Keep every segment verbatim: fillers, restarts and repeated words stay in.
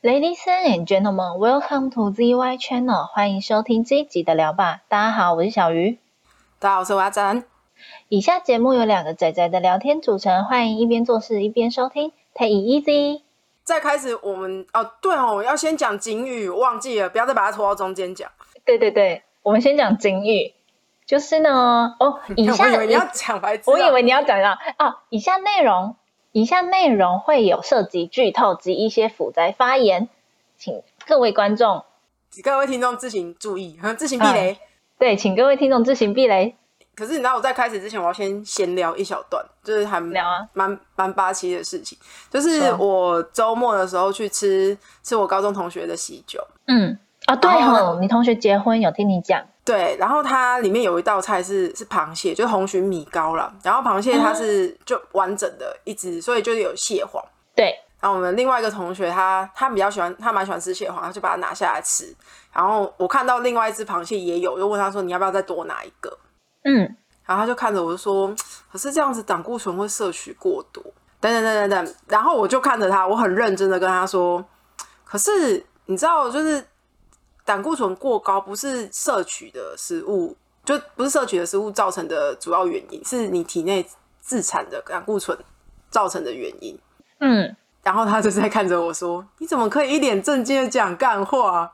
Ladies and gentlemen, welcome to Z Y Channel， 欢迎收听这一集的聊吧。大家好，我是小鱼。 大家好，我是阿展。 以下节目有两个宅宅的聊天组成，欢迎一边做事一边收听 ，Take it easy。 在开始我们哦，对哦，要先讲警语，忘记了，不要再把它拖到中间讲。 对对对，我们先讲警语，就是呢，哦，以下我以为你要讲白痴、啊， 我以为你要讲到哦，以下内容。以下内容会有涉及剧透及一些腐宅发言，请各位观众、 各位听众自行注意，自行避雷、嗯。 对，请各位听众自行避雷。 可是你知道我在开始之前，我要先闲聊一小段，就是还聊啊， 蛮蛮八七的事情，就是我周末的时候去吃吃我高中同学的喜酒。 嗯，哦对哦，你同学结婚有听你讲。对， 然后它里面有一道菜是是螃蟹，就是红鲟米糕啦。然后螃蟹它是就完整的一只，所以就有蟹黄。 对。 然后我们另外一个同学他他比较喜欢，他蛮喜欢吃蟹黄，他就把它拿下来吃。然后我看到另外一只螃蟹也有，就问他说你要不要再多拿一个？ 嗯。 然后他就看着我就说，可是这样子胆固醇会摄取过多，等等等等等。然后我就看着他，我很认真的跟他说，可是你知道就是。胆固醇过高不是摄取的食物，就不是摄取的食物造成的主要原因，是你体内自产的胆固醇造成的原因。 嗯， 然后他就在看着我说：“你怎么可以一脸正经的讲干话？”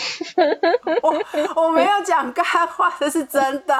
我我没有讲干话，这是真的，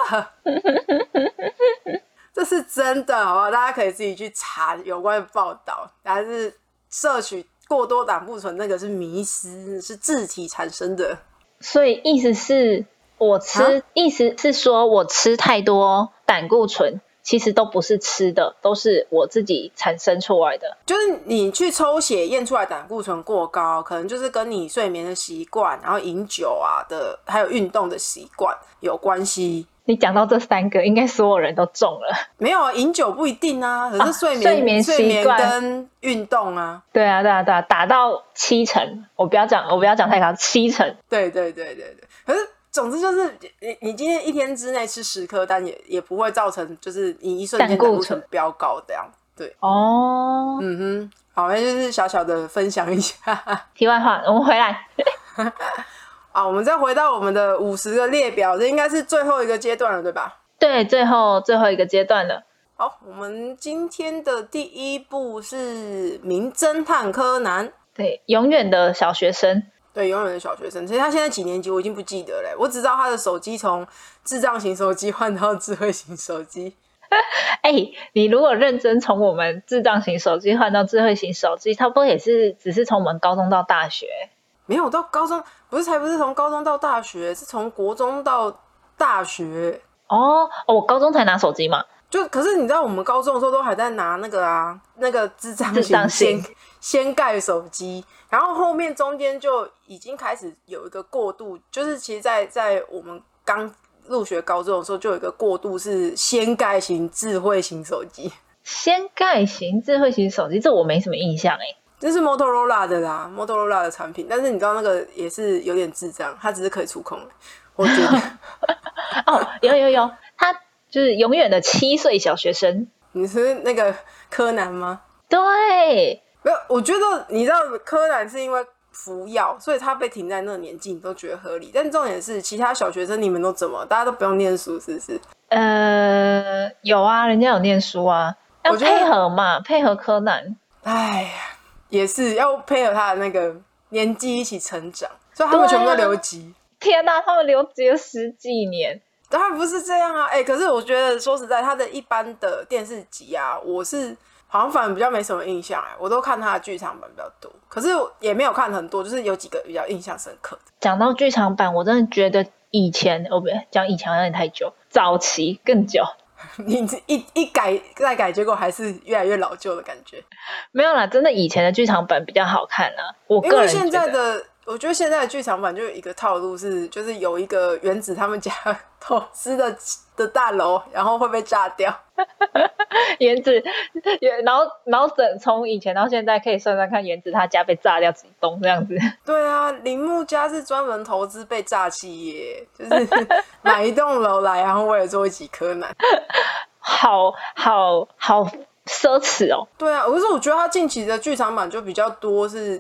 这是真的，好不好？大家可以自己去查有关的报道，还是摄取过多胆固醇那个是迷思，是自体产生的。 所以意思是我吃、啊、意思是说我吃太多胆固醇其实都不是吃的，都是我自己产生出来的。 就是你去抽血验出来胆固醇过高，可能就是跟你睡眠的习惯，然后饮酒啊的还有运动的习惯有关系。 你讲到这三个应该所有人都中了。 没有啊，饮酒不一定啊，可是睡眠、 啊、睡眠习惯跟运动啊。 对啊对啊对啊，打到七成，我不要讲我不要讲太高，七成。 对对对对对，可是总之就是你你今天一天之内吃十颗，但也也不会造成就是你一瞬间胆固醇飙高这样。对哦， 嗯哼，好，那就是小小的分享一下。 题外话，我们回来。 啊，我们再回到我们的五十个列表，这应该是最后一个阶段了，对吧？ 对，最后最后一个阶段了。 好，我们今天的第一部是《名侦探柯南》。 对，永远的小学生。 对，永远的小学生。其实他现在几年级我已经不记得了，我只知道他的手机从智障型手机换到智慧型手机。 哎、欸，你如果认真从我们智障型手机换到智慧型手机，差不多也是只是从我们高中到大学。 没有到高中，不是才不是从高中到大学，是从国中到大学。 哦，哦我高中才拿手机嘛。 就可是你知道，我们高中的时候都还在拿那个啊，那个智障型掀掀盖手机，然后后面中间就已经开始有一个过渡，就是其实在，在在我们刚入学高中的时候，就有一个过渡是掀盖型智慧型手机。 掀盖型智慧型手机，这我没什么印象哎、欸。 这是 Motorola 的啦 ，Motorola 的产品，但是你知道那个也是有点智障，它只是可以触控的，我觉得。 哦，有有有，他就是永远的七岁小学生。 你是那个柯南吗？ 对， 没有，我觉得你知道柯南是因为服药，所以他被停在那个年纪，你都觉得合理。但重点是，其他小学生你们都怎么？大家都不用念书，是不是？ 呃，有啊，人家有念书啊，要配合嘛，配合柯南。 哎呀。也是要配合他的那个年纪一起成长，所以他们全部都留级。 啊、天哪，他们留级了十几年。 当然不是这样啊，哎、欸，可是我觉得说实在，他的一般的电视集啊，我是好像反而比较没什么印象哎，我都看他的剧场版比较多，可是也没有看很多，就是有几个比较印象深刻的。 讲到剧场版，我真的觉得以前，哦不，讲以前好像有点太久，早期更久。 你一一改再改，结果还是越来越老旧的感觉。 没有啦，真的以前的剧场版比较好看啦。我个人觉得，因为现在的，我觉得现在的剧场版就有一个套路是，就是有一个原子他们家投资的的大楼，然后会被炸掉。 原子，然后然后整从以前到现在可以算算看，原子他家被炸掉几栋这样子。 对啊，铃木家是专门投资被炸企业，就是买一栋楼来，然后为了做一集柯南。 好好好奢侈哦。 对啊，可是我觉得他近期的剧场版就比较多是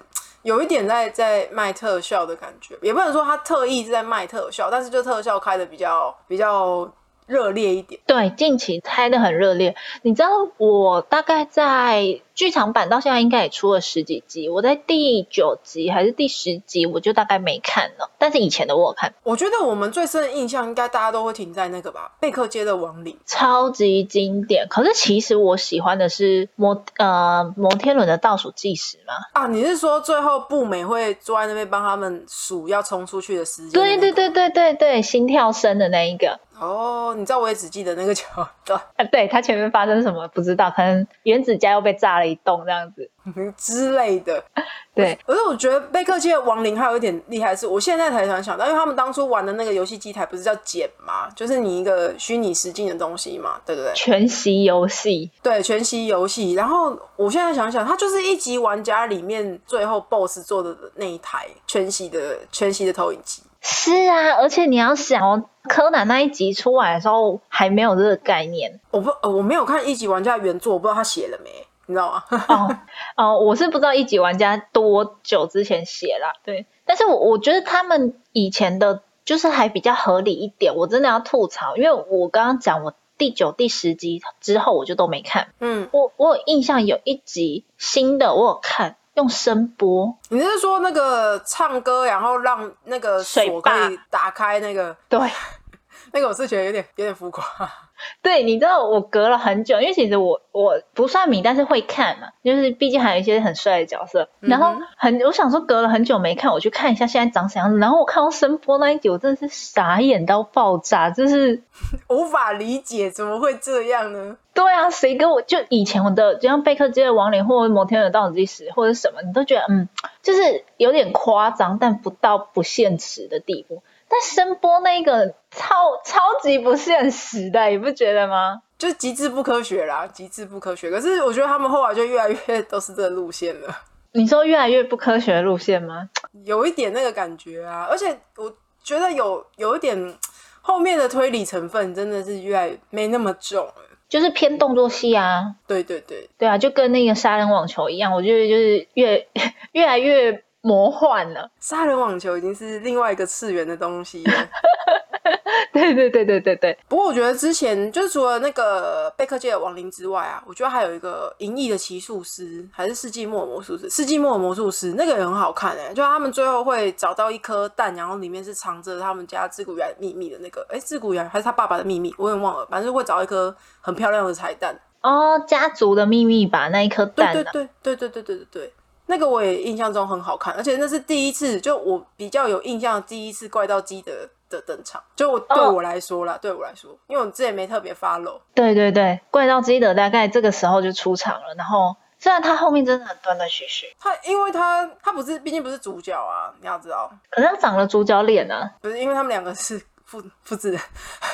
有一点在在卖特效的感觉，也不能说他特意是在卖特效，但是就特效开的比较比较热烈一点。 对，近期开的很热烈。你知道我大概在剧场版到现在应该也出了十几集，我在第九集还是第十集我就大概没看了，但是以前的我有看。 我觉得我们最深的印象应该大家都会停在那个吧，贝克街的亡灵， 超级经典。可是其实我喜欢的是摩呃摩天轮的倒数计时嘛。 啊，你是说最后步美会坐在那边帮他们数要冲出去的时间、那个？ 对对对对对对，心跳声的那一个。 哦，你知道我也只记得那个桥段、 啊、对，他前面发生什么不知道，可能原子家又被炸了一栋这样子之类的。 对， 可是我觉得贝克街的亡灵还有一点厉害的是，我现在才想想到，因为他们当初玩的那个游戏机台不是叫茧吗？就是你一个虚拟实境的东西嘛，对不对？ 全息游戏。 对，全息游戏。然后我现在想想，它就是一级玩家里面最后 B O S S 做的那一台全息的全息的投影机。 是啊，而且你要想哦，柯南那一集出来的时候还没有这个概念。 我不，呃、我没有看一级玩家原作，我不知道他写了没，你知道吗？ 哦哦，我是不知道一级玩家多久之前写啦，对，但是我我觉得他们以前的就是还比较合理一点。我真的要吐槽，因为我刚刚讲我第九、第十集之后我就都没看。 嗯， 我我有印象有一集新的我有看。用声波， 你是说那个唱歌，然后让那个锁可以打开那个？ 对， 那个我是觉得有点有点浮夸。 对，你知道我隔了很久，因为其实我我不算迷，但是会看嘛，就是毕竟还有一些很帅的角色。然后很，我想说隔了很久没看，我去看一下现在长什么样子。然后我看到声波那一集，我真的是傻眼到爆炸，就是无法理解怎么会这样呢？ 对啊，谁跟我就以前我的就像贝克街的亡灵或者摩天轮倒数计时或者什么，你都觉得嗯，就是有点夸张，但不到不现实的地步。但声波那个超超级不现实的，你不觉得吗？ 就极致不科学啦，极致不科学。可是我觉得他们后来就越来越都是这个路线了。 你说越来越不科学的路线吗？ 有一点那个感觉啊，而且我觉得有有一点后面的推理成分真的是越来越没那么重了。 就是偏动作戏啊。 对对对， 对啊，就跟那个杀人网球一样，我觉得就是越越来越魔幻了。 杀人网球已经是另外一个次元的东西了。 对对对对对对。 不过我觉得之前就是除了那个贝克街的亡灵之外啊，我觉得还有一个银翼的骑术师，还是世纪末的魔术师，世纪末的魔术师那个也很好看哎、欸，就他们最后会找到一颗蛋，然后里面是藏着他们家自古以来秘密的那个，哎，自古以来还是他爸爸的秘密，我有点忘了，反正会找一颗很漂亮的彩蛋。 哦，家族的秘密吧，那一颗蛋、啊。 对对对对对对对对对。那个我也印象中很好看，而且那是第一次，就我比较有印象第一次怪盗基德的登场，就我对我来说啦、哦、对我来说，因为我之前没特别 follow。 对对对，怪盗基德大概这个时候就出场了，然后虽然他后面真的很断断续续， 他因为他他不是，毕竟不是主角啊，你要知道。 可是他长了主角脸啊。 不是，因为他们两个是复复制人。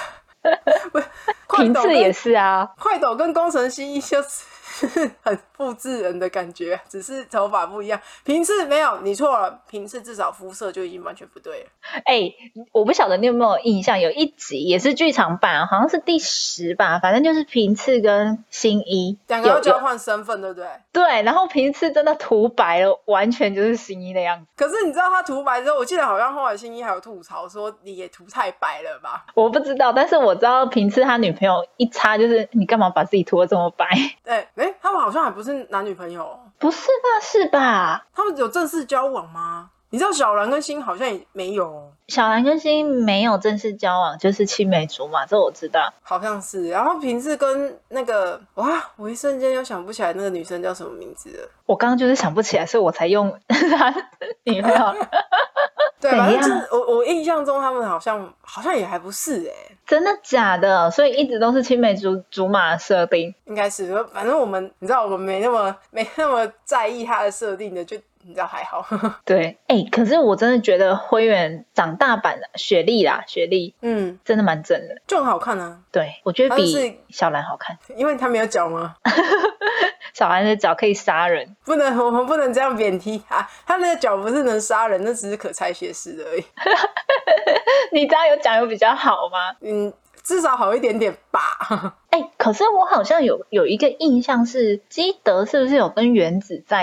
平次也是啊， 快斗跟工程师就是很复制人的感觉，只是头发不一样。平次没有，你错了，平次至少肤色就已经完全不对了。 哎、欸，我不晓得你有没有印象，有一集也是剧场版，好像是第十吧，反正就是平次跟新一两个要交换身份，对不对？ 对，然后平次真的涂白了，完全就是新一的样子。 可是你知道他涂白之后，我记得好像后来新一还有吐槽说你也涂太白了吧？ 我不知道，但是我知道平次他女朋友一擦就是你干嘛把自己涂得这么白？ 对，哎，他们好像还不是男女朋友， 不是吧？是吧？ 他们有正式交往吗？你知道小兰跟新好像也没有， 小兰跟新没有正式交往，就是青梅竹马，这我知道， 好像是。然后平次跟那个，哇，我一瞬间又想不起来那个女生叫什么名字了。 我刚刚就是想不起来，所以我才用他女朋友。 对，反正我我印象中他们好像好像也还不是哎、欸， 真的假的？所以一直都是青梅竹竹马的设定， 应该是。反正我们你知道，我们没那么没那么在意他的设定的，就你知道还好。 对，哎、欸，可是我真的觉得灰原长大版的雪莉啦，雪莉，嗯，真的蛮正的， 就很好看啊。 对，我觉得比小兰好看， 因为他没有脚吗？ 小兰的脚可以杀人， 不能，我们不能这样贬低啊！他那个脚不是能杀人，那只是可拆卸式的而已。 你这样有讲有比较好吗？ 嗯，至少好一点点吧。 哎、欸，可是我好像有有一个印象是，基德是不是有跟原子在一起过？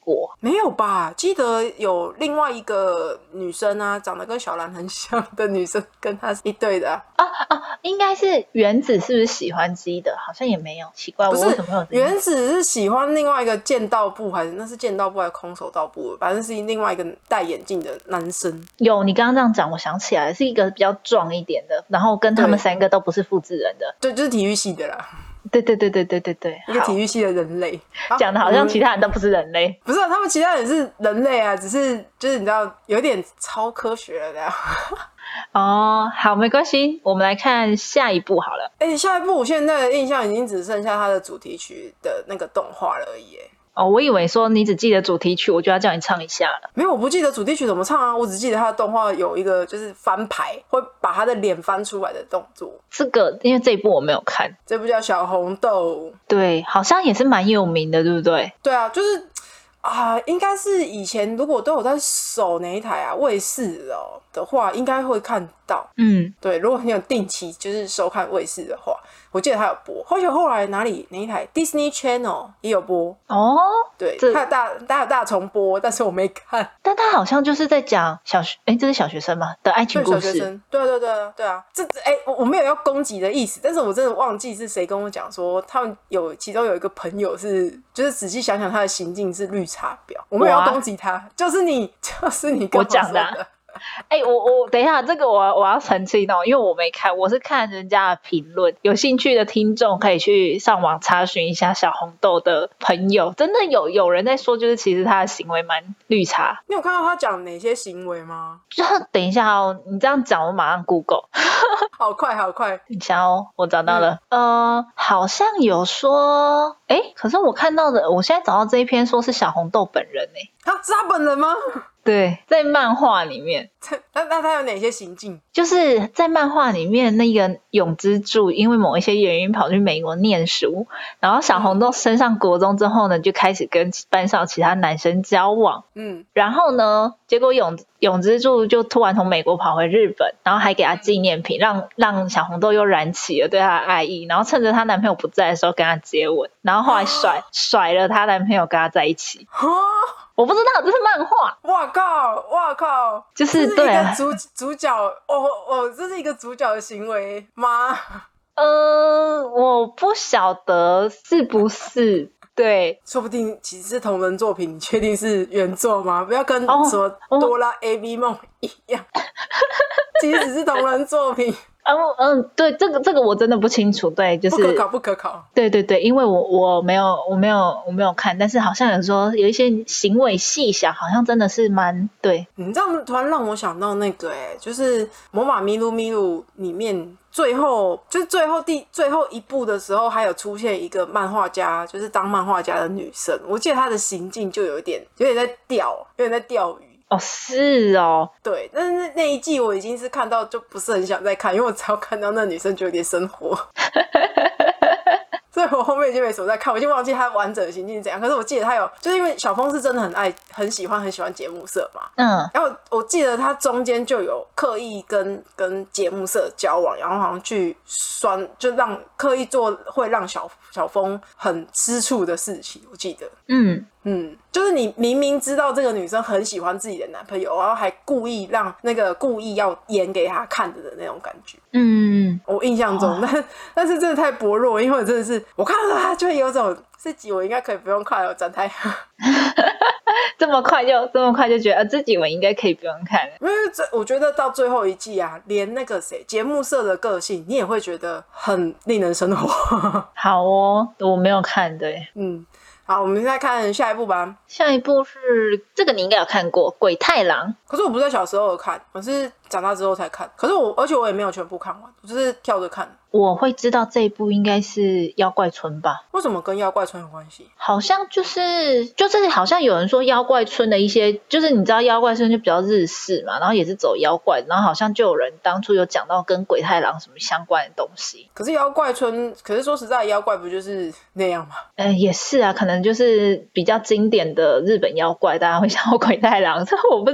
过。 没有吧？记得有另外一个女生啊，长得跟小兰很像的女生，跟她一对的啊。 啊啊，应该是原子是不是喜欢鸡的？好像也没有，奇怪，我不是为什么会有这个？ 原子是喜欢另外一个剑道部，还是那是剑道部还是空手道部？反正是另外一个戴眼镜的男生。 有，你刚刚这样讲，我想起来，是一个比较壮一点的，然后跟他们三个都不是复制人的。 对，就是体育系的啦。 对对对对对对对， 一个体育系的人类， 讲的好像其他人都不是人类。 嗯、不是、啊，他们其他人是人类啊，只是就是你知道有点超科学了这样。 哦，好，没关系，我们来看下一部好了。 哎、欸，下一部我现在的印象已经只剩下它的主题曲的那个动画了而已。 哦，我以为说你只记得主题曲，我就要叫你唱一下了。 没有，我不记得主题曲怎么唱啊，我只记得它的动画有一个就是翻牌，会把他的脸翻出来的动作。 这个因为这一部我没有看， 这部叫小红豆。 对，好像也是蛮有名的，对不对？ 对啊，就是啊、呃，应该是以前如果都有在守哪一台啊卫视哦的话，应该会看到。 嗯， 对，如果你有定期就是收看卫视的话。我记得他有播，而且后来哪里哪一台 Disney Channel 也有播哦。 对，他有大他有大重播，但是我没看。 但他好像就是在讲小学，哎，这是小学生吗的爱情故事？ 对，小学生，对对对对啊，这哎，我我没有要攻击的意思，但是我真的忘记是谁跟我讲说，他们有其中有一个朋友是，就是仔细想想他的行径是绿茶婊，我没有要攻击他，就是你就是你跟我讲的、啊。哎、欸，我我等一下，这个我我要澄清哦，因为我没看，我是看人家的评论。有兴趣的听众可以去上网查询一下小红豆的朋友，真的有有人在说，就是其实他的行为蛮绿茶。 你有看到他讲哪些行为吗？ 就等一下哦，你这样讲，我马上 Google。 好快好快， 等一下哦，我找到了，嗯、呃，好像有说，哎、欸，可是我看到的，我现在找到这一篇说是小红豆本人哎、 欸，啊，是他本人吗？ 对，在漫画里面， 那那他有哪些行径？ 就是在漫画里面，那个永之助因为某一些原因跑去美国念书，然后小红豆升上国中之后呢，就开始跟班上其他男生交往。嗯，然后呢，结果永永之助就突然从美国跑回日本，然后还给他纪念品，让让小红豆又燃起了对他的爱意，然后趁着她男朋友不在的时候跟他接吻，然后后来甩甩了她男朋友跟他在一起。我不知道，这是漫画。 哇靠！哇靠！ 就是对啊， 主主角，哦哦，这是一个主角的行为吗？ 呃，我不晓得是不是。对， 说不定其实是同人作品，你确定是原作吗？不要跟什么哆啦 A V 梦一样，哦哦、其实只是同人作品。 嗯嗯，对，这个这个我真的不清楚，对，就是不可考，不可考。 对对对，因为我我没有我没有我没有看，但是好像有说有一些行为细想，好像真的是蛮对。 你这样突然让我想到那个、欸，哎，就是《魔法咪路咪路》里面最后就是最后第最后一部的时候，还有出现一个漫画家，就是当漫画家的女生，我记得她的行径就有一点有点在钓，有点在钓鱼。 哦，是哦， 对，但是那一季我已经是看到就不是很想再看，因为我只要看到那女生就有点生活，所以我后面已经没什么在看，我已经忘记她完整的行径是怎样。可是我记得她有，就是因为小峰是真的很爱、很喜欢、很喜欢节目社嘛，嗯，然后我记得她中间就有刻意跟跟节目社交往，然后好像去酸，就让刻意做会让小小峰很吃醋的事情，我记得，嗯。嗯，就是你明明知道这个女生很喜欢自己的男朋友，然后还故意让那个故意要演给她看的的那种感觉。嗯，我印象中，但但是真的太薄弱，因为我真的是我看到她就会有种这集我应该可以不用看了，展开。 这么快就这么快就觉得、啊、这集我应该可以不用看了， 因为这我觉得到最后一季啊，连那个谁节目社的个性，你也会觉得很令人生活。 好哦，我没有看的。 嗯。好，我们现在看下一部吧。 下一部是这个你应该有看过《鬼太郎》， 可是我不是在小时候有看，我是长大之后才看。可是我，而且我也没有全部看完，我就是跳着看。 我会知道这一部应该是妖怪村吧？ 为什么跟妖怪村有关系？ 好像就是就是好像有人说妖怪村的一些，就是你知道妖怪村就比较日式嘛，然后也是走妖怪，然后好像就有人当初有讲到跟鬼太郎什么相关的东西。 可是妖怪村，可是说实在，妖怪不就是那样吗？ 嗯、呃，也是啊，可能就是比较经典的日本妖怪，大家会想到鬼太郎，这我不知道。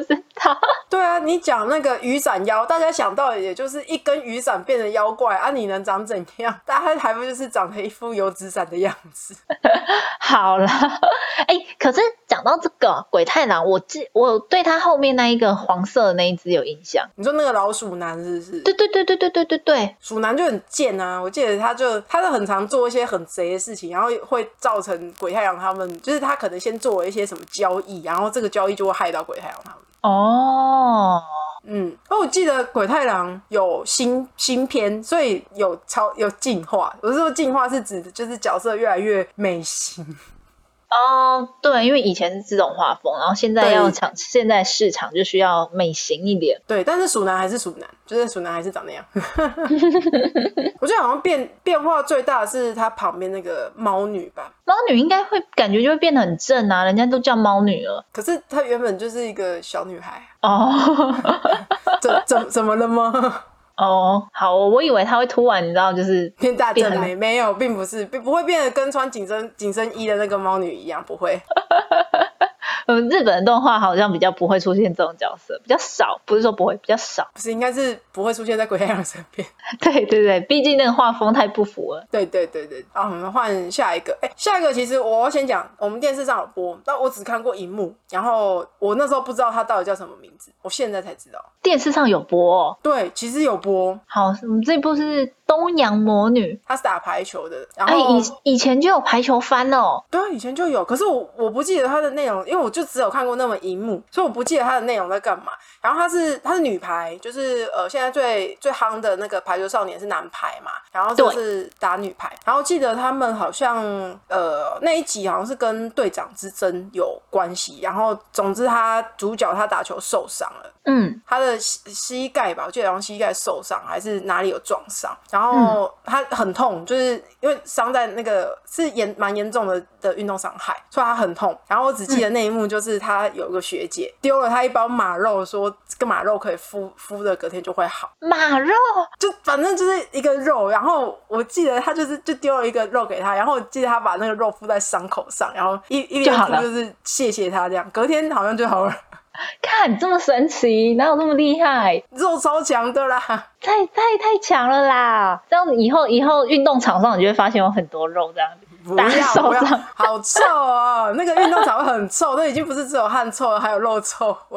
道。 对啊，你讲那个雨伞妖，大家想到的也就是一根雨伞变成妖怪啊，你能长怎样？大家还不就是长得一副油纸伞的样子？ 好啦，哎、欸，可是讲到这个鬼太郎，我记我对他后面那一个黄色的那一只有印象。 你说那个老鼠男是不是？ 对对对对对对对对， 鼠男就很贱啊！我记得他就他就很常做一些很贼的事情，然后会造成鬼太郎他们，就是他可能先做了一些什么交易，然后这个交易就会害到鬼太郎他们。 哦， 嗯，哦，我记得鬼太郎有新新篇，所以有超有进化。我是说进化是指就是角色越来越美型。 哦，对，因为以前是这种画风，然后现在要场，现在市场就需要美型一点。 对，但是鼠男还是鼠男，就是鼠男还是长那样。我觉得好像变变化最大的是他旁边那个猫女吧。 猫女应该会感觉就会变得很正啊，人家都叫猫女了。 可是她原本就是一个小女孩。 哦， 怎怎怎么了吗？ 哦，好，我以为他会突然，你知道，就是变大正妹，没有，并不是，不会变得跟穿紧身紧身衣的那个猫女一样，不会。 嗯，日本的动画好像比较不会出现这种角色，比较少，不是说不会，比较少。 不是，应该是不会出现在鬼太郎身边。 对对对，毕竟那个画风太不符了。 对对对对，好，我们换下一个。哎，下一个其实我要先讲，我们电视上有播，但我只看过荧幕，然后我那时候不知道它到底叫什么名字，我现在才知道。 电视上有播哦？ 对，其实有播。 好，我们这部是东洋魔女， 她是打排球的，然后、 欸、以以前就有排球番哦。 对啊，以前就有，可是我我不记得它的内容，因为我就只有看过那么一幕，所以我不记得它的内容在干嘛。然后她是她是女排，就是呃现在最最夯的那个排球少年是男排嘛，然后这是打女排。然后记得他们好像呃那一集好像是跟队长之争有关系，然后总之他主角他打球受伤了。 嗯， 他的膝盖吧，我记得好像膝盖受伤还是哪里有撞伤，然后他很痛，就是因为伤在那个是严蛮严重的的运动伤害，所以他很痛。然后我只记得那一幕就是他有个学姐丢了他一包马肉，说这个马肉可以敷敷的隔天就会好。 马肉就反正就是一个肉，然后我记得他就是就丢了一个肉给他，然后我记得他把那个肉敷在伤口上，然后一一边敷就是谢谢他这样，隔天好像就好了。 看这么神奇，哪有这么厉害？ 肉超强的啦， 太太太强了啦！这样以后以后运动场上你就会发现有很多肉这样子。 不要不要，好臭哦！那个运动场会很臭，那已经不是只有汗臭了，还有肉臭味。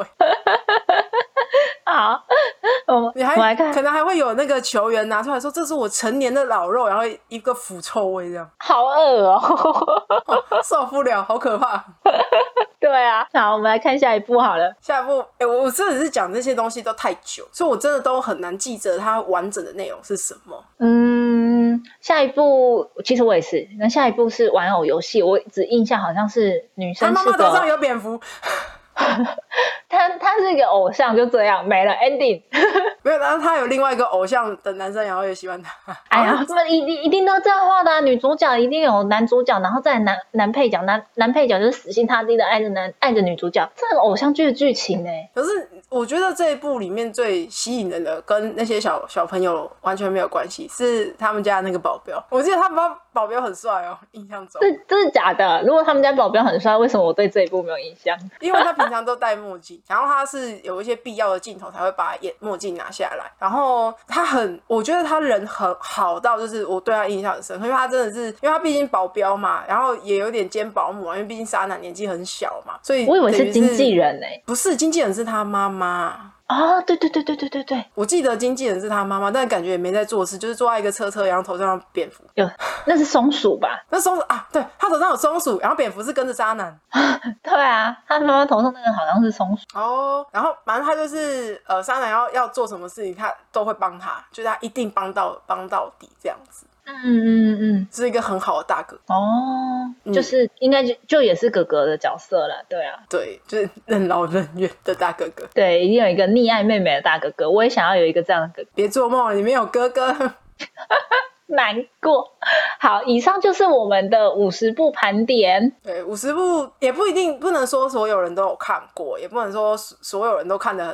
好，我你还我来看， 可能还会有那个球员拿出来说：“这是我成年的老肉。”然后一个腐臭味这样， 好恶哦， 哦受不了，好可怕。 对啊，好，我们来看下一步好了。 下一步，哎、欸，我真的是讲这些东西都太久，所以我真的都很难记着它完整的内容是什么。 嗯，下一步其实我也是，那下一步是玩偶游戏，我只印象好像是女生他妈妈头上有蝙蝠。 他他是一个偶像，就这样没了 ending。 没有，然后他有另外一个偶像的男生，然后也喜欢他。 哎呀，这么一定一定都这样画的、啊，女主角一定有男主角，然后再男男配角，男男配角就是死心塌地的爱着男爱着女主角，这个偶像剧的剧情哎。 可是我觉得这一部里面最吸引人的，跟那些小小朋友完全没有关系，是他们家那个保镖。我记得他们家保镖很帅哦，印象中。 这这是假的？如果他们家保镖很帅，为什么我对这一部没有印象？ 因为他平常都戴墨镜，然后他是有一些必要的镜头才会把眼墨镜拿下来。然后他很，我觉得他人很好到，就是我对他印象很深，因为他真的是，因为他毕竟保镖嘛，然后也有点兼保姆啊，因为毕竟沙男年纪很小嘛，所以我以为是经纪人哎、欸， 不是经纪人是他妈妈。 哦，对对对对对对对， 我记得经纪人是他妈妈，但感觉也没在做事，就是坐在一个车车，然后头上有蝙蝠。 有，那是松鼠吧？ 那松鼠啊，对，他头上有松鼠，然后蝙蝠是跟着渣男。 对啊，他妈妈头上那个好像是松鼠。 哦，然后反正他就是呃，渣男要要做什么事情，他都会帮他，就是他一定帮到帮到底这样子。 嗯嗯嗯， 是一个很好的大哥哦， 嗯、 就是应该就就也是哥哥的角色了，对啊， 对，就是任劳任怨的大哥哥， 对，一定有一个溺爱妹妹的大哥哥，我也想要有一个这样的哥哥。 别做梦了，你没有哥哥， 难过。好，以上就是我们的五十部盘点。 对，五十部也不一定，不能说所有人都有看过，也不能说所有人都看得很。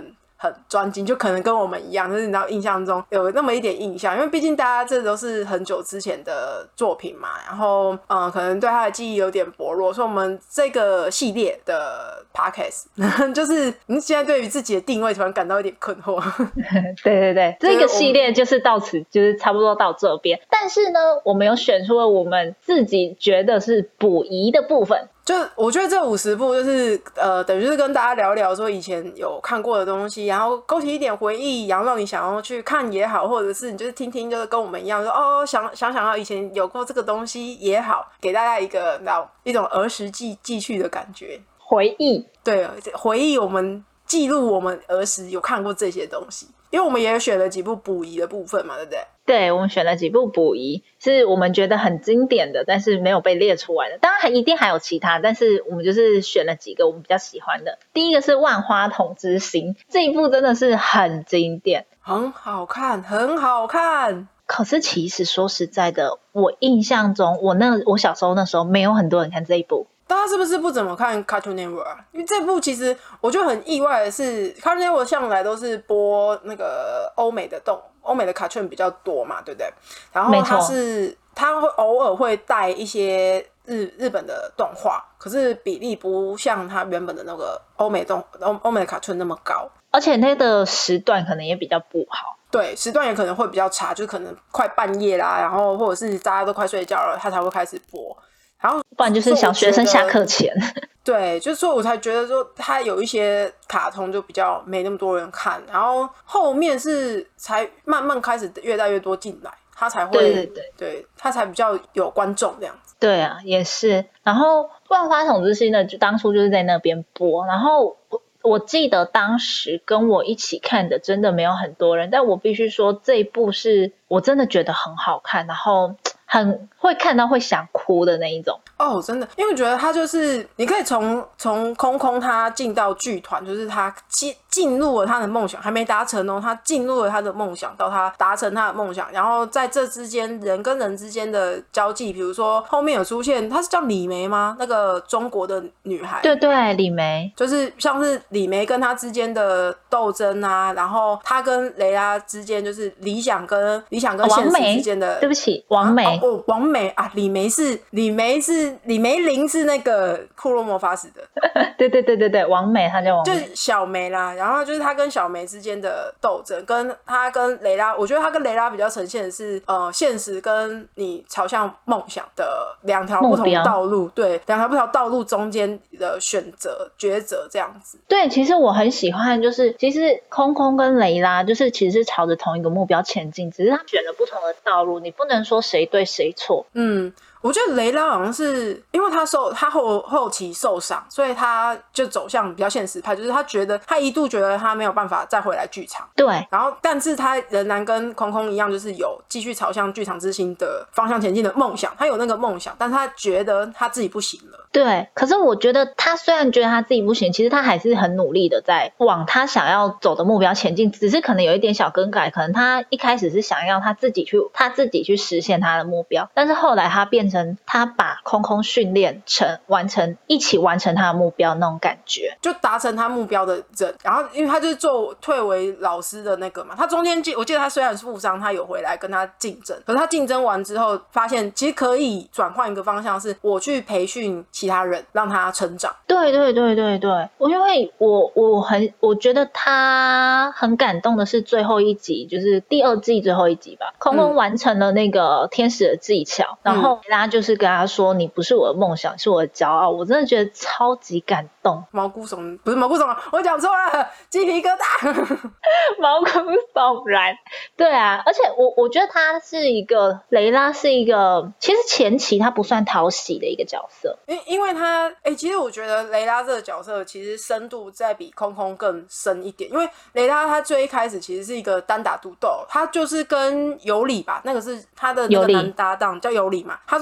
很专精，就可能跟我们一样，就是你知道印象中有那么一点印象，因为毕竟大家这都是很久之前的作品嘛，然后嗯，可能对他的记忆有点薄弱，所以我们这个系列的 podcast 就是你现在对于自己的定位突然感到有点困惑。 对对对，这个系列就是到此就是差不多到这边，但是呢我们有选出了我们自己觉得是补遗的部分， 就我觉得这五十部就是呃，等于是跟大家聊聊说以前有看过的东西，然后勾起一点回忆，然后让你想要去看也好，或者是你就是听听，就是跟我们一样说哦，想想想到以前有过这个东西也好，给大家一个那一种儿时记记去的感觉， 回忆， 对，回忆我们记录我们儿时有看过这些东西，因为我们也选了几部补遗的部分嘛，对不对？ 对，我们选了几部补遗是我们觉得很经典的，但是没有被列出来的，当然还一定还有其他，但是我们就是选了几个我们比较喜欢的。第一个是万花筒之星，这一部真的是很经典， 很好看很好看， 可是其实说实在的，我印象中我那我小时候那时候没有很多人看这一部。 大家是不是不怎么看 Cartoon Network 啊？因为这部其实我觉得很意外的是 Cartoon Network 向来都是播那个欧美的动欧美的 cartoon 比较多嘛，对不对？然后它是它会偶尔会带一些日日本的动画，可是比例不像它原本的那个欧美动欧欧美的 cartoon 那么高， 而且那个时段可能也比较不好。 对，时段也可能会比较差，就可能快半夜啦，然后或者是大家都快睡觉了，它才会开始播。然后不然就是小学生下课前。 对，就是说我才觉得说他有一些卡通就比较没那么多人看，然后后面是才慢慢开始越带越多进来，他才会对对对， 对他才比较有观众这样子。 对啊，也是。然后万花筒之星呢，就当初就是在那边播，然后我我记得当时跟我一起看的真的没有很多人，但我必须说这一部是我真的觉得很好看，然后很会看到会想哭的那一种。 哦，真的，因为我觉得他就是你可以从从空空他进到剧团，就是他进进入了他的梦想，还没达成哦，他进入了他的梦想，到他达成他的梦想，然后在这之间人跟人之间的交际，比如说后面有出现，她是叫李梅吗？那个中国的女孩， 对对，李梅， 就是像是李梅跟她之间的斗争啊，然后她跟雷拉之间就是理想跟理想跟现实之间的， 哦、对不起，王梅、 啊、哦，哦王梅啊，李梅是李梅是李梅林是那个库洛魔法使的， 对对对对对，王梅，她叫王梅， 就是小梅啦。然后就是她跟小梅之间的斗争，跟她跟雷拉，我觉得她跟雷拉比较呈现的是呃现实跟你朝向梦想的两条不同的道路，对，两条不同道路中间的选择抉择这样子。 对，其实我很喜欢，就是其实空空跟雷拉就是其实是朝着同一个目标前进，只是他选了不同的道路，你不能说谁对谁错。 嗯。我觉得雷拉好像是因为他受他后后期受伤，所以他就走向比较现实派，就是他觉得他一度觉得他没有办法再回来剧场， 对， 然后但是他仍然跟空空一样，就是有继续朝向剧场之星的方向前进的梦想，他有那个梦想，但是他觉得他自己不行了。 对，可是我觉得他虽然觉得他自己不行，其实他还是很努力的在往他想要走的目标前进，只是可能有一点小更改，可能他一开始是想要他自己去他自己去实现他的目标，但是后来他变成他把空空训练成完成一起完成他的目标那种感觉， 就达成他目标的人。然后因为他就是做退为老师的那个嘛，他中间我记得他虽然是负伤，他有回来跟他竞争，可是他竞争完之后发现其实可以转换一个方向，是我去培训其他人让他成长。 对对对对对，我因为我我很我觉得他很感动的是最后一集，就是第二季最后一集吧，空空完成了那个天使的技巧，嗯、然后他就是跟他说你不是我的梦想，是我的骄傲，我真的觉得超级感动， 毛骨悚不是毛骨悚然，我讲错了，鸡皮疙瘩毛骨悚然。对啊，而且我我觉得他是一个雷拉是一个其实前期他不算讨喜的一个角色， 因因为他哎、欸，其实我觉得雷拉这个角色其实深度再比空空更深一点，因为雷拉他最一开始其实是一个单打独斗，他就是跟尤里吧，那个是他的那个男搭档叫尤里嘛，他就是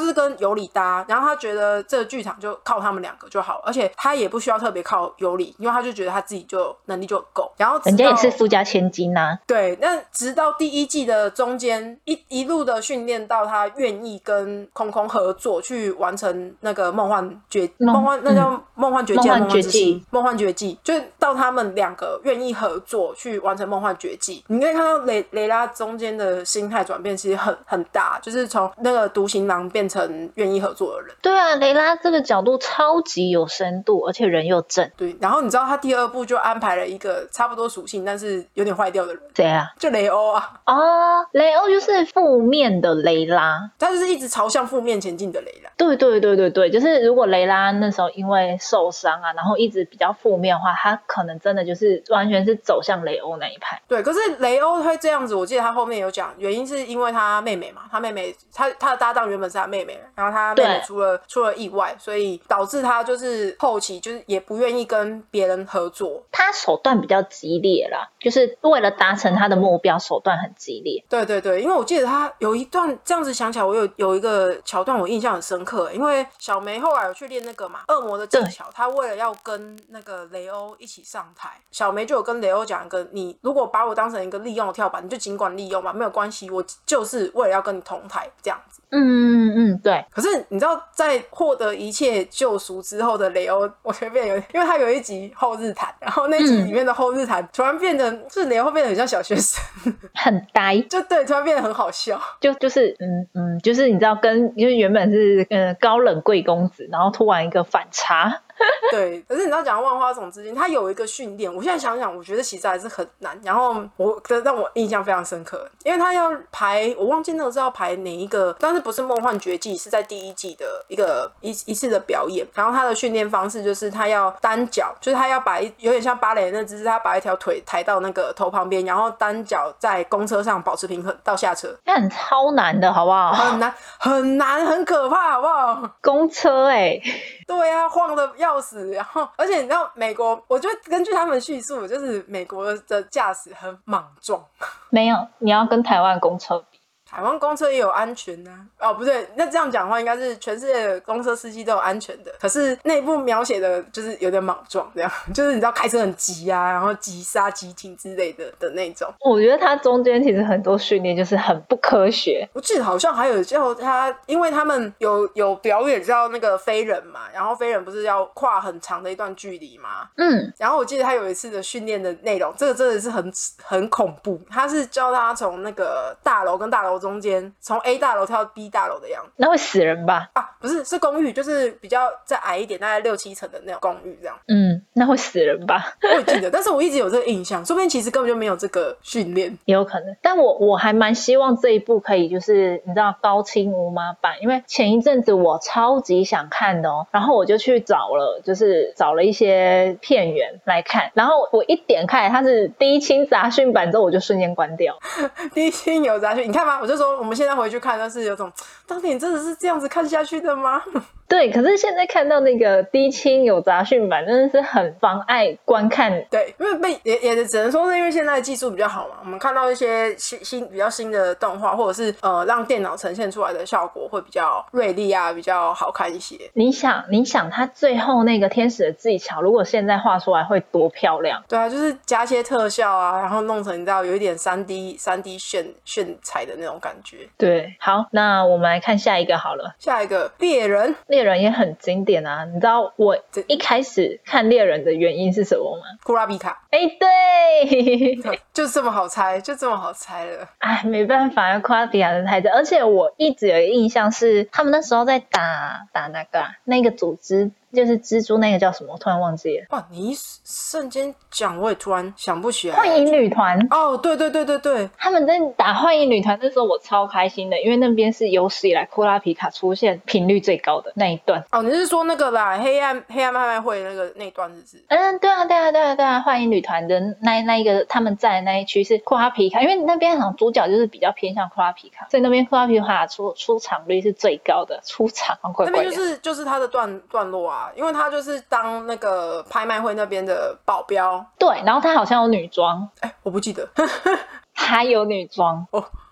就是跟尤里搭，然后他觉得这个剧场就靠他们两个就好，而且他也不需要特别靠尤里，因为他就觉得他自己就能力就够。然后人家也是富家千金啊。 对，那直到第一季的中间一一路的训练到他愿意跟空空合作去完成那个梦幻绝梦幻那叫梦幻绝技，梦幻之心，梦幻绝技，就到他们两个愿意合作去完成梦幻绝技。你可以看到雷雷拉中间的心态转变其实很很大，就是从那个独行狼变成愿意合作的人。 对啊，雷拉这个角度超级有深度，而且人又正。 对，然后你知道他第二部就安排了一个差不多属性但是有点坏掉的人。 谁啊？ 就雷欧啊。 哦，雷欧就是负面的雷拉， 他就是一直朝向负面前进的雷拉。 对对对对对，就是如果雷拉那时候因为受伤啊，然后一直比较负面的话，他可能真的就是完全是走向雷欧那一派。 对，可是雷欧会这样子，我记得他后面有讲，原因是因为他妹妹嘛，他妹妹他他的搭档原本是他妹妹，然后他妹妹出了出了意外，所以导致他就是后期就是也不愿意跟别人合作。 他手段比较激烈啦，就是为了达成他的目标，手段很激烈。 对对对，因为我记得他有一段这样子想起来，我有有一个桥段我印象很深刻，因为小梅后来有去练那个嘛恶魔的技巧，他为了要跟那个雷欧一起上台，小梅就有跟雷欧讲一个，你如果把我当成一个利用的跳板，你就尽管利用吧，没有关系，我就是为了要跟你同台这样子。 嗯嗯嗯，对。 可是你知道，在获得一切救赎之后的雷欧，我觉得变有，因为他有一集后日谈，然后那集里面的后日谈、嗯、突然变得，就是雷欧变得很像小学生， 很呆， 就对，突然变得很好笑， 就就是嗯嗯，就是你知道跟，就是原本是呃高冷贵公子，然后突然一个反差。 对，可是你知道讲万花种之间，他有一个训练，我现在想想，我觉得其实还是很难。然后我让我印象非常深刻，因为他要排，我忘记那个是要排哪一个，但是不是梦幻绝技，是在第一季的一个一一次的表演。然后他的训练方式就是他要单脚，就是他要把一有点像芭蕾的那姿势，他把一条腿抬到那个头旁边，然后单脚在公车上保持平衡到下车。 那很超难的，好不好？ 很难，很难，很可怕，好不好？ 公车哎、欸， 对啊，晃得要死。然后，而且你知道美国，我觉得根据他们叙述，就是美国的驾驶很莽撞。 没有，你要跟台湾公车比。 台湾公车也有安全啊，哦不对，那这样讲的话应该是全世界的公车司机都有安全的，可是内部描写的就是有点莽撞，这样就是你知道开车很急啊，然后急刹急停之类的的那种。 我觉得他中间其实很多训练就是很不科学。 我记得好像还有叫他，因为他们有有表演叫那个飞人嘛，然后飞人不是要跨很长的一段距离嘛， 嗯， 然后我记得他有一次的训练的内容，这个真的是很很恐怖，他是教他从那个大楼跟大楼中间从 A 大楼跳到 B 大楼的样子。 那会死人吧？ 啊，不是，是公寓，就是比较再矮一点，大概六七层的那种公寓这样。 嗯，那会死人吧？ 我也记得，但是我一直有这个印象，说不定其实根本就没有这个训练， 也有可能。但我我还蛮希望这一部可以就是你知道高清无码版，因为前一阵子我超级想看的哦，然后我就去找了，就是找了一些片源来看，然后我一点开它是低清杂讯版之后，我就瞬间关掉。 低清有杂讯，你看吗？我就说我们现在回去看，但是有种到底你真的是这样子看下去的吗？ 对，可是现在看到那个低清有杂讯版真的是很妨碍观看。 对，因为被 也, 也只能说是因为现在的技术比较好嘛，我们看到一些新新比较新的动画，或者是呃让电脑呈现出来的效果会比较锐利啊，比较好看一些。 你想你想他最后那个天使的技巧如果现在画出来会多漂亮。 对啊，就是加些特效啊，然后弄成你知道有一点 三 D 三 D 炫炫彩的那种感觉。 对，好，那我们来看下一个好了。 下一个猎人。 猎人也很经典啊，你知道我一开始看猎人的原因是什么吗？ 库拉比卡。 哎，对， 就这么好猜，就这么好猜了。 哎，没办法，库拉比卡的太正，而且我一直有一个印象是他们那时候在打打那个、啊、那个组织。就是蜘蛛那个叫什么？我突然忘记了。 哇，你一瞬间讲，我也突然想不起来。 幻影女团。 哦，对对对对对， 他们在打幻影女团那时候，我超开心的，因为那边是有史以来库拉皮卡出现频率最高的那一段。 哦，你是说那个啦，黑暗黑暗拍卖会那个那一段是不是？ 嗯，对啊，对啊，对啊，对啊，幻影女团的那那一个他们在的那一区是库拉皮卡，因为那边好像主角就是比较偏向库拉皮卡，所以那边库拉皮卡出出场率是最高的，出场怪怪的。 那边就是就是他的段段落啊，因为他就是当那个拍卖会那边的保镖。 对，然后他好像有女装， 哎，我不记得。 他有女装。 哦，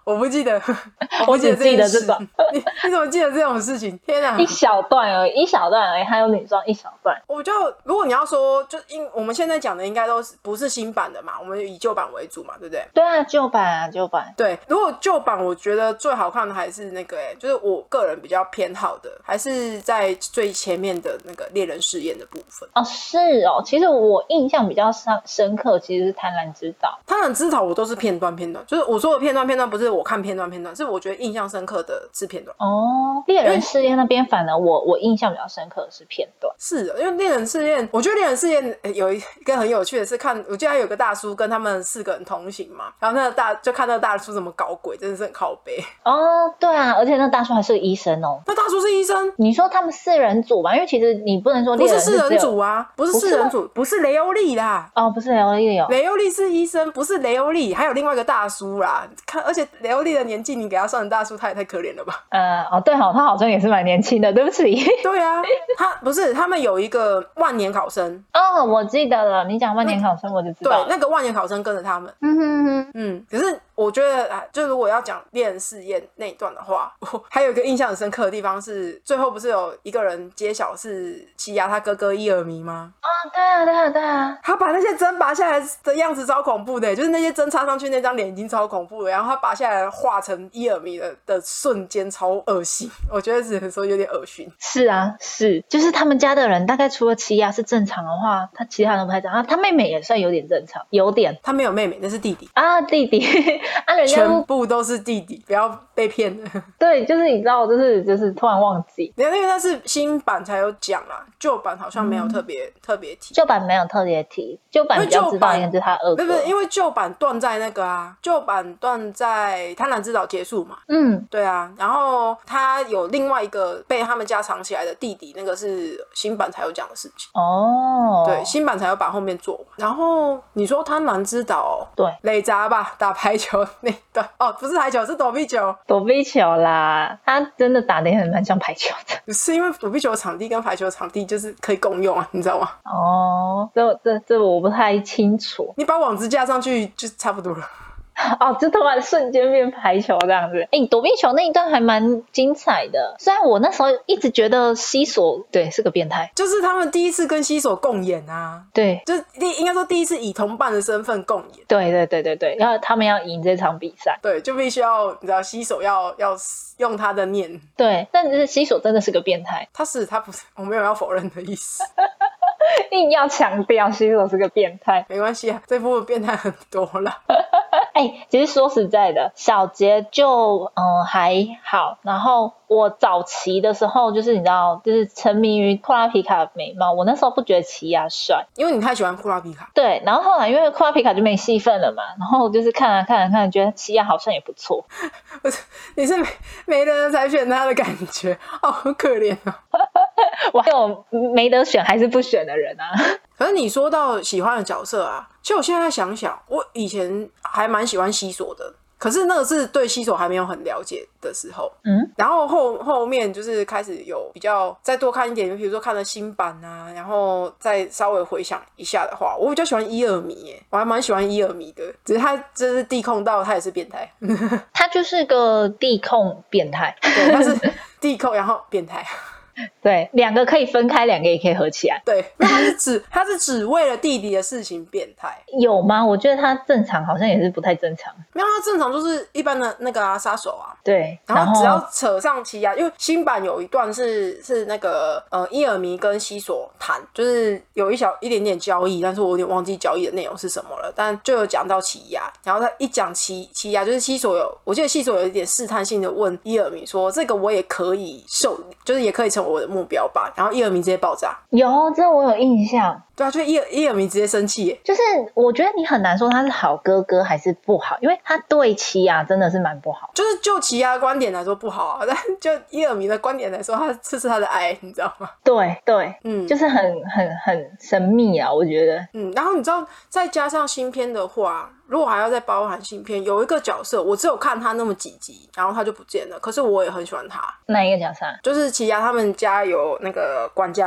我不记得，我我不记得只记得这件事。 这种你你怎么记得这种事情？天哪！ 一小段而已，一小段而已，还有女装一小段。 我就如果你要说，就因我们现在讲的应该都是不是新版的嘛，我们以旧版为主嘛，对不对？ 对啊，旧版啊，旧版。 对，如果旧版，我觉得最好看的还是那个、欸，就是我个人比较偏好的，还是在最前面的那个猎人试验的部分。 哦，是哦，其实我印象比较深刻，其实是贪婪之岛。 贪婪之岛我都是片段片段，就是我说的片段片段，不是我看片段片段，是我觉得印象深刻的是片段。 哦，猎人试验那边，反而我我印象比较深刻的是片段。 是的，因为猎人试验，我觉得猎人试验有一个很有趣的是看，我记得有个大叔跟他们四个人同行嘛，然后那个大就看那个大叔怎么搞鬼，真的是很靠北。 哦，对啊，而且那大叔还是个医生哦。 那大叔是医生？ 你说他们四人组吧，因为其实你不能说猎人不是四人组啊，不是四人组，不是雷欧利啦。 哦，不是雷欧利哦， 雷欧利是医生，不是雷欧利，还有另外一个大叔啦。看，而且雷欧利的年纪，你给他算成大叔，他也太可怜了吧？ 呃，哦，对哦，他好像也是蛮年轻的，对不起。 对啊，他不是他们有一个万年考生哦，我记得了，你讲万年考生我就知道了。 对，那个万年考生跟着他们。 嗯哼哼， 嗯，可是我觉得啊，就如果要讲猎人试验那一段的话，我还有一个印象很深刻的地方是，最后不是有一个人揭晓是奇亚他哥哥伊尔迷吗？ 哦，对啊，对啊，对啊， 他把那些针拔下来的样子超恐怖的，就是那些针插上去那张脸已经超恐怖了，然后他拔下来画成伊尔迷的的瞬间超恶心，我觉得只能说有点恶心。 是啊，是，就是他们家的人大概除了奇亚是正常的话，他其他人都不太正常。他妹妹也算有点正常，有点。 他没有妹妹，那是弟弟啊，弟弟啊，人家全部都是弟弟，不要被骗了。 对，就是你知道，就是就是突然忘记， 因为那是新版才有讲啦，旧版好像没有特别、嗯、特别提。 旧版没有特别提，旧版比较知道应该是他二哥。 不是，因为旧版断在那个啊，旧版断在贪婪之岛结束嘛。 嗯， 对啊，然后他有另外一个被他们家藏起来的弟弟，那个是新版才有讲的事情。 哦， 对，新版才有把后面做完。然后你说贪婪之岛， 对， 磊砸吧，打排球那段哦，不是排球，是躲避球。 躲避球啦，他真的打得也很蛮像排球的。 是因为躲避球场地跟排球场地就是可以共用啊，你知道吗？ 哦，这这这我不太清楚。 你把网子架上去就差不多了。 哦，就突然瞬间变排球这样子。哎，躲避球那一段还蛮精彩的。虽然我那时候一直觉得西索对是个变态， 就是他们第一次跟西索共演啊。 对， 就是第应该说第一次以同伴的身份共演。 对对对对对，要他们要赢这场比赛， 对，就必须要你知道西索要要用他的念。 对，但是西索真的是个变态。 他是他不是，我没有要否认的意思。 硬要强调西索是个变态， 没关系啊，这部变态很多了。 哎、欸，其实说实在的，小杰就嗯还好。然后我早期的时候，就是你知道，就是沉迷于库拉皮卡的美貌。我那时候不觉得奇亚帅， 因为你太喜欢库拉皮卡。 对，然后后来因为库拉皮卡就没戏份了嘛，然后就是看啊看啊看啊，觉得奇亚好像也不错。 不是，你是没没人才选他的感觉，哦，好可怜哦。 我还有没得选还是不选的人啊。 可是你说到喜欢的角色啊，其实我现在想想，我以前还蛮喜欢西索的，可是那个是对西索还没有很了解的时候， 嗯， 然后后后面就是开始有比较再多看一点，比如说看了新版啊，然后再稍微回想一下的话，我比较喜欢伊尔迷耶，我还蛮喜欢伊尔迷的，只是他就是地控到他也是变态， 他就是个地控变态， 对，他是地控然后变态。 对，两个可以分开，两个也可以合起来。 对，他是只他是只为了弟弟的事情变态， 有吗？我觉得他正常好像也是不太正常。 没有，他正常就是一般的那个啊杀手啊。 对， 然后只要扯上奇亚，因为新版有一段是是那个呃伊尔迷跟西索谈，就是有一小一点点交易，但是我有点忘记交易的内容是什么了，但就有讲到奇亚，然后他一讲奇奇亚，就是西索有，我记得西索有一点试探性的问伊尔迷说，这个我也可以受，就是也可以成为我的目标吧，然后伊尔迷直接爆炸。 有，这我有印象。 对啊，就伊尔伊尔迷直接生气耶。 就是我觉得你很难说他是好哥哥还是不好，因为他对奇亚真的是蛮不好。 就是就奇亚的观点来说不好啊，但就伊尔迷的观点来说，他这是他的爱，你知道吗？ 对对， 嗯， 就是很很很神秘啊，我觉得。 嗯，然后你知道再加上新篇的话，如果还要再包含新篇，有一个角色我只有看他那么几集，然后他就不见了，可是我也很喜欢他。 哪一个角色？ 就是奇亚他们家有那个管家嘛，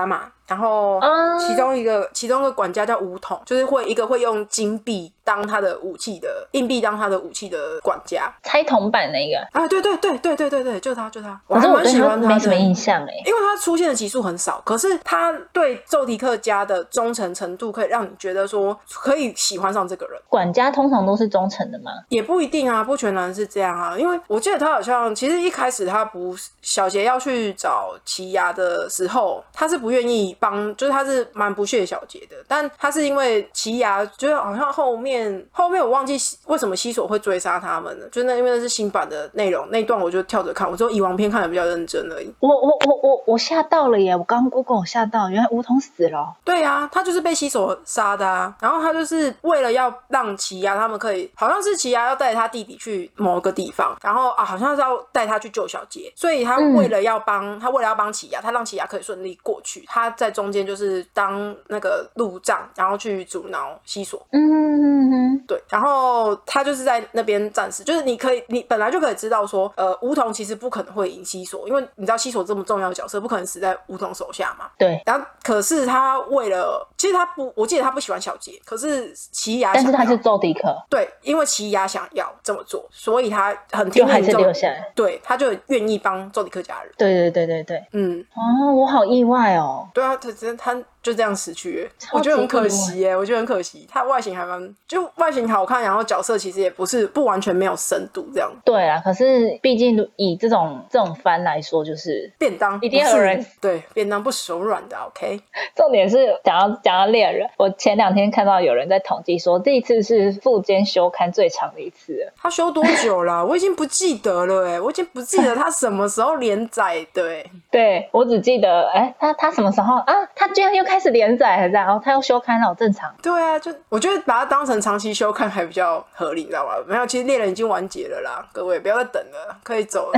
然后其中一个、嗯、其中一个管家叫武统，就是会一个会用金币当他的武器的硬币当他的武器的管家， 猜铜板那个啊，对对对对对对对，就是他，就是他。 我还蛮喜欢他的，没什么印象哎， 因为他出现的集数很少，可是他对奏迪克家的忠诚程度可以让你觉得说可以喜欢上这个人。 管家通常都是忠诚的吗？ 也不一定啊，不全然是这样啊。因为我记得他好像其实一开始他不小杰要去找奇牙的时候，他是不愿意帮，就是他是蛮不屑小杰的，但他是因为奇牙就是好像后面后面我忘记为什么西索会追杀他们了，就那因为那是新版的内容，那一段我就跳着看，我只有蚁王篇看得比较认真而已。 我我我我我吓到了耶！我刚刚 Google 我吓到，原来梧桐死了、哦。 对啊，他就是被西索杀的啊。然后他就是为了要让奇牙他们可以，好像是奇牙要带他弟弟去某个地方，然后啊好像是要带他去救小杰，所以他为了要帮、嗯、他为了要帮奇牙，他让奇牙可以顺利过去，他在中间就是当那个路障，然后去阻挠西索。 嗯嗯嗯， 对，然后他就是在那边暂时，就是你可以，你本来就可以知道说，呃，梧桐其实不可能会赢西索，因为你知道西索这么重要的角色，不可能死在梧桐手下嘛。 对。 然后，可是他为了，其实他不，我记得他不喜欢小杰，可是奇牙想要， 但是他是奏迪克。 对，因为奇牙想要这么做，所以他很听命， 就还是留下来。 对，他就愿意帮奏迪克家人。 对对对对对， 嗯。 哦，我好意外哦。 对啊，他他就这样死去，我觉得很可惜耶，我觉得很可惜。他外形还蛮，就外形好看，然后角色其实也不是不完全没有深度这样。 对啊，可是毕竟以这种这种番来说，就是便当一定有人对便当不手软的 ，OK。 重点是讲到讲到猎人，我前两天看到有人在统计说，这一次是富坚休刊最长的一次了。 他休多久啦？我已经不记得了哎，我已经不记得他什么时候连载的哎。 对，我只记得哎，他他什么时候啊？他居然又开始连载了，这样，然后他又休刊了，正常。 对啊，就我觉得把它当成长期休刊还比较合理，你知道吗？没有，其实猎人已经完结了啦，各位不要再等了，可以走了。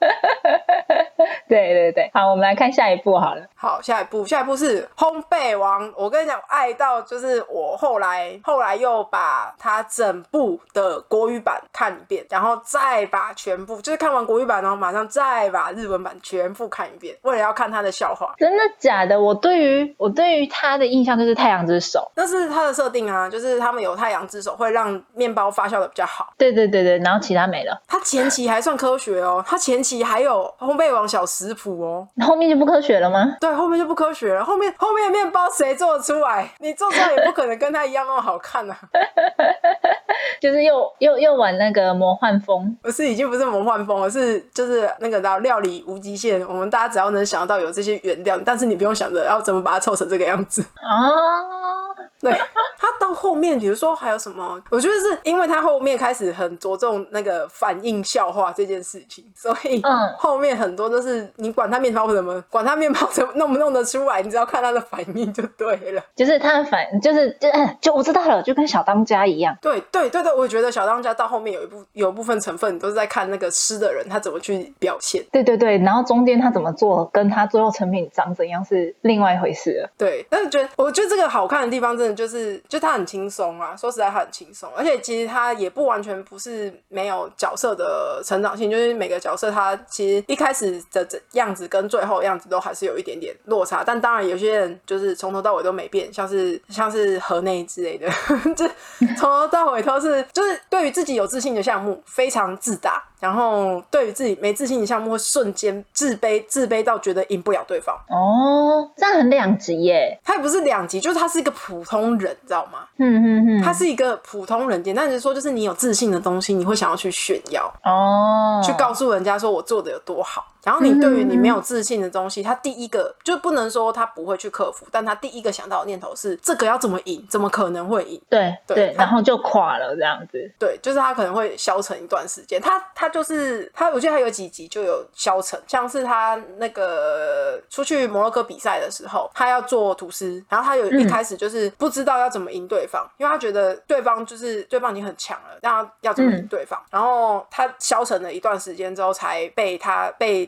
对对对，好，我们来看下一部好了。 好，下一部，下一部是烘焙王。我跟你讲，爱到就是我后来后来又把它整部的国语版看一遍，然后再把全部就是看完国语版，然后马上再把日文版全部看一遍，为了要看他的笑话。 真的假的？我对于我对于他的印象就是太阳之手， 那是他的设定啊，就是他们有太阳之手会让面包发酵的比较好。 对对对对，然后其他没了。 他前期还算科学哦，他前期还有烘焙王小食谱哦， 后面就不科学了吗？ 对，后面就不科学了。后面后面的面包谁做得出来？你做出来也不可能跟他一样那么好看啊。 就是又又又玩那个魔幻风， 不是已经不是魔幻风了，是就是那个料理无极限。我们大家只要能想到有这些原料，但是你不用想着要怎么把它凑成这个样子哦。 对，他到后面比如说还有什么，我觉得是因为他后面开始很着重那个反应笑话这件事情，所以后面很多都是你管他面包怎么管他面包怎么弄不弄得出来，你只要看他的反应就对了。 就是他的反就是就就我知道了，就跟小当家一样。 对对对对，我觉得小当家到后面有一部有一部分成分都是在看那个吃的人他怎么去表现。 对对对，然后中间他怎么做跟他最后成品长怎样是另外一回事了。 对，但是觉得我觉得这个好看的地方真的就是就他很轻松啊，说实在他很轻松，而且其实他也不完全不是没有角色的成长性，就是每个角色他其实一开始的样子跟最后的样子都还是有一点点落差，但当然有些人就是从头到尾都没变，像是像是河内之类的就从头到尾都是就是对于自己有自信的项目非常自大，然后对于自己没自信的项目会瞬间自卑自卑到觉得赢不了对方。 哦，这样很两极耶。 他也不是两极，就是他是一个普通人，知道吗？ 嗯嗯嗯， 他是一个普通人，简单的说就是你有自信的东西你会想要去炫耀哦， 去告诉人家说我做的有多好，然后你对于你没有自信的东西、嗯、他第一个就不能说他不会去克服，但他第一个想到的念头是这个要怎么赢，怎么可能会赢。 对 对, 对，然后就垮了这样子。 对，就是他可能会消沉一段时间，他他就是他我记得他有几集就有消沉，像是他那个出去摩洛哥比赛的时候他要做吐司，然后他有一开始就是不知道要怎么赢对方、嗯、因为他觉得对方就是对方已经很强了，那要怎么赢对方、嗯、然后他消沉了一段时间之后才被他被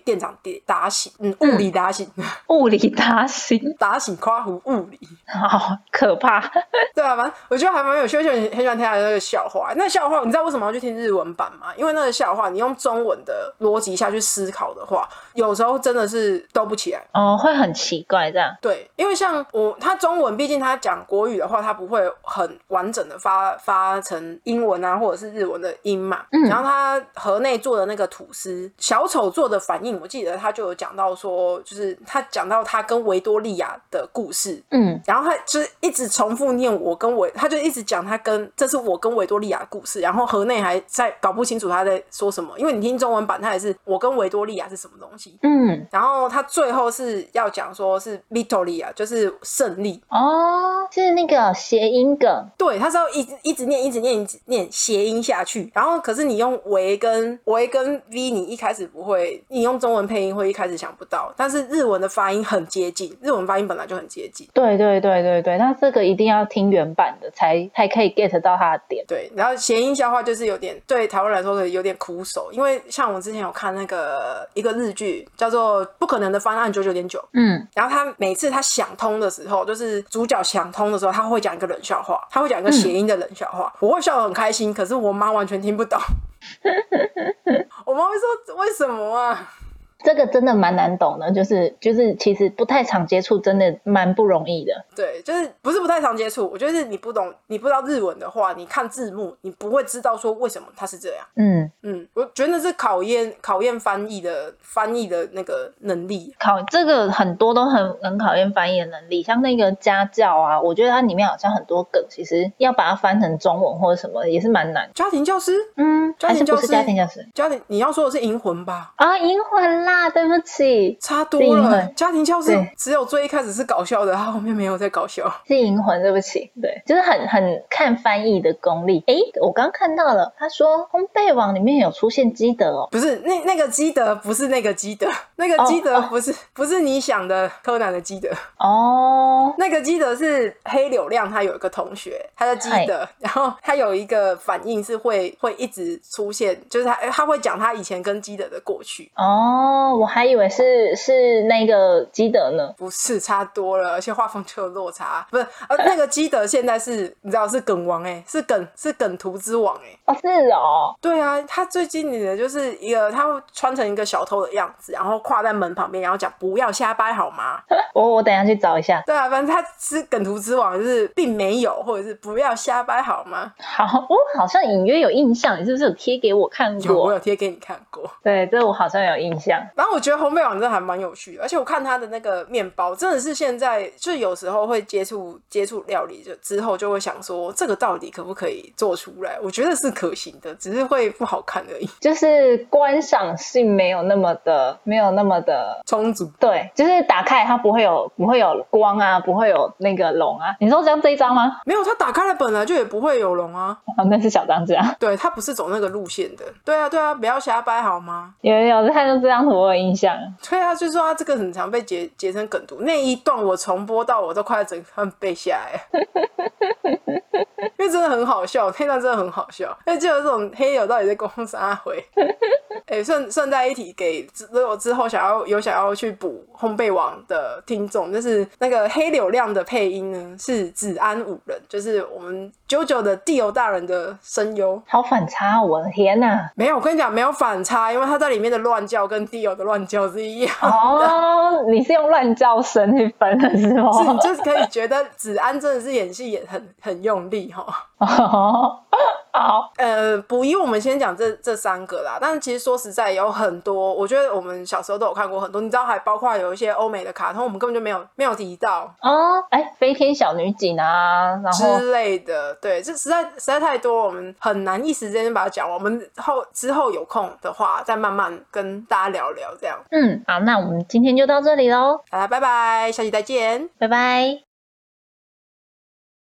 店长打醒，嗯，物理打醒，嗯、 物理打醒， 打醒夸胡物理， 好可怕。 对啊，反正我觉得还蛮有趣，而且很喜欢听他的那个笑话。那笑话你知道为什么要去听日文版吗？因为那个笑话你用中文的逻辑下去思考的话，有时候真的是兜不起来哦，会很奇怪这样。 对，因为像我他中文，毕竟他讲国语的话，他不会很完整的发发成英文啊，或者是日文的音嘛。嗯，然后他河内做的那个吐司，小丑做的反应，我记得他就有讲到说，就是他讲到他跟维多利亚的故事。嗯，然后他就是一直重复念我跟维，他就一直讲他跟这是我跟维多利亚的故事，然后河内还在搞不清楚他在说什么，因为你听中文版，他也是我跟维多利亚是什么东西。嗯，然后他最后是要讲说是 Victoria， 就是胜利。 哦，是那个谐音梗。 对，他是要一直一直念一直念一直念谐音下去，然后可是你用维跟维跟 V， 你一开始不会，你用中文配音会一开始想不到，但是日文的发音很接近，日文发音本来就很接近。 对对对对对，那这个一定要听原版的才才可以 get 到他的点。 对，然后谐音笑话就是有点对台湾来说有点苦手，因为像我之前有看那个一个日剧叫做《不可能的方案九九点九》，嗯，然后他每次他想通的时候，就是主角想通的时候，他会讲一个冷笑话，他会讲一个谐音的冷笑话，嗯、我会笑得很开心，可是我妈完全听不懂。我妈会说为什么啊？ 这个真的蛮难懂的，就是就是其实不太常接触，真的蛮不容易的。 对，就是不是不太常接触，我觉得是你不懂，你不知道日文的话，你看字幕，你不会知道说为什么它是这样。嗯嗯，我觉得是考验考验翻译的翻译的那个能力。 考这个很多都很很考验翻译的能力，像那个家教啊，我觉得它里面好像很多梗，其实要把它翻成中文或者什么也是蛮难。 家庭教师， 嗯，家庭教师还是不是家庭教师？ 家庭，你要说的是银魂吧？ 啊，银魂啦，对不起， 差多了。家庭教师只有最一开始是搞笑的，他后面没有在搞笑。 是银魂，对不起，对，就是很很看翻译的功力。诶，我刚看到了，他说烘焙网里面有出现基德哦， 不是那那个基德，不是那个基德，那个基德不是、哦、不是你想的柯南的基德哦，那个基德是黑柳亮，他有一个同学，他叫基德，然后他有一个反应是会会一直出现，就是他他会讲他以前跟基德的过去。 哦，我还以为是是那个基德呢， 不是，差多了，而且画风就有落差，不是，呃，那个基德现在是你知道是梗王哎、欸，是梗是梗图之王哎、 欸，哦是哦， 对啊，他最经典的就是一个他会穿成一个小偷的样子，然后跨在门旁边，然后讲不要瞎掰好吗？ 我我等一下去找一下。 对啊，反正他是梗图之王，就是并没有，或者是不要瞎掰好吗？ 好，我好像隐约有印象，你是不是有贴给我看过？ 有，我有贴给你看过。 对，这我好像有印象。 然后我觉得烘焙网真的还蛮有趣的，而且我看他的那个面包，真的是现在就有时候会接触接触料理，就之后就会想说，这个到底可不可以做出来？我觉得是可行的，只是会不好看而已， 就是观赏性没有那么的没有那么的充足。 对，就是打开它不会有不会有光啊，不会有那个龙啊。你说像这一张吗？ 没有，它打开了本来就也不会有龙啊。 哦，那是小张这样。 对，它不是走那个路线的。对啊，对啊，不要瞎掰好吗？ 有有看到这张图我有印象。 对啊，就是说它这个很常被截截成梗图，那一段我重播到我都快整个背下来。因为真的很好笑，那段真的很好笑。因为就有这种黑友到底在攻啥回？哎，顺顺带一提给如果之后想要有想要去补烘焙网的听众，就是那个黑柳亮的配音呢是子安五人，就是我们九九的地友大人的声优。 好反差，我的天哪！ 没有，我跟你讲没有反差，因为他在里面的乱叫跟地友的乱叫是一样的。 哦，你是用乱叫声去分的是吗？ 是，就是可以觉得子安真的是演戏演很很用力齁。 哦，好， 呃，不以我们先讲这这三个啦，但是其实说实在有很多，我觉得我们小时候都有看过很多，你知道还包括有一些欧美的卡通，我们根本就没有没有提到哦，哎，飞天小女警啊，然后之类的，对，这实在实在太多，我们很难一时间就把它讲完。我们后之后有空的话，再慢慢跟大家聊聊这样。 嗯，好，那我们今天就到这里咯， 好啦，拜拜，下期再见， 拜拜。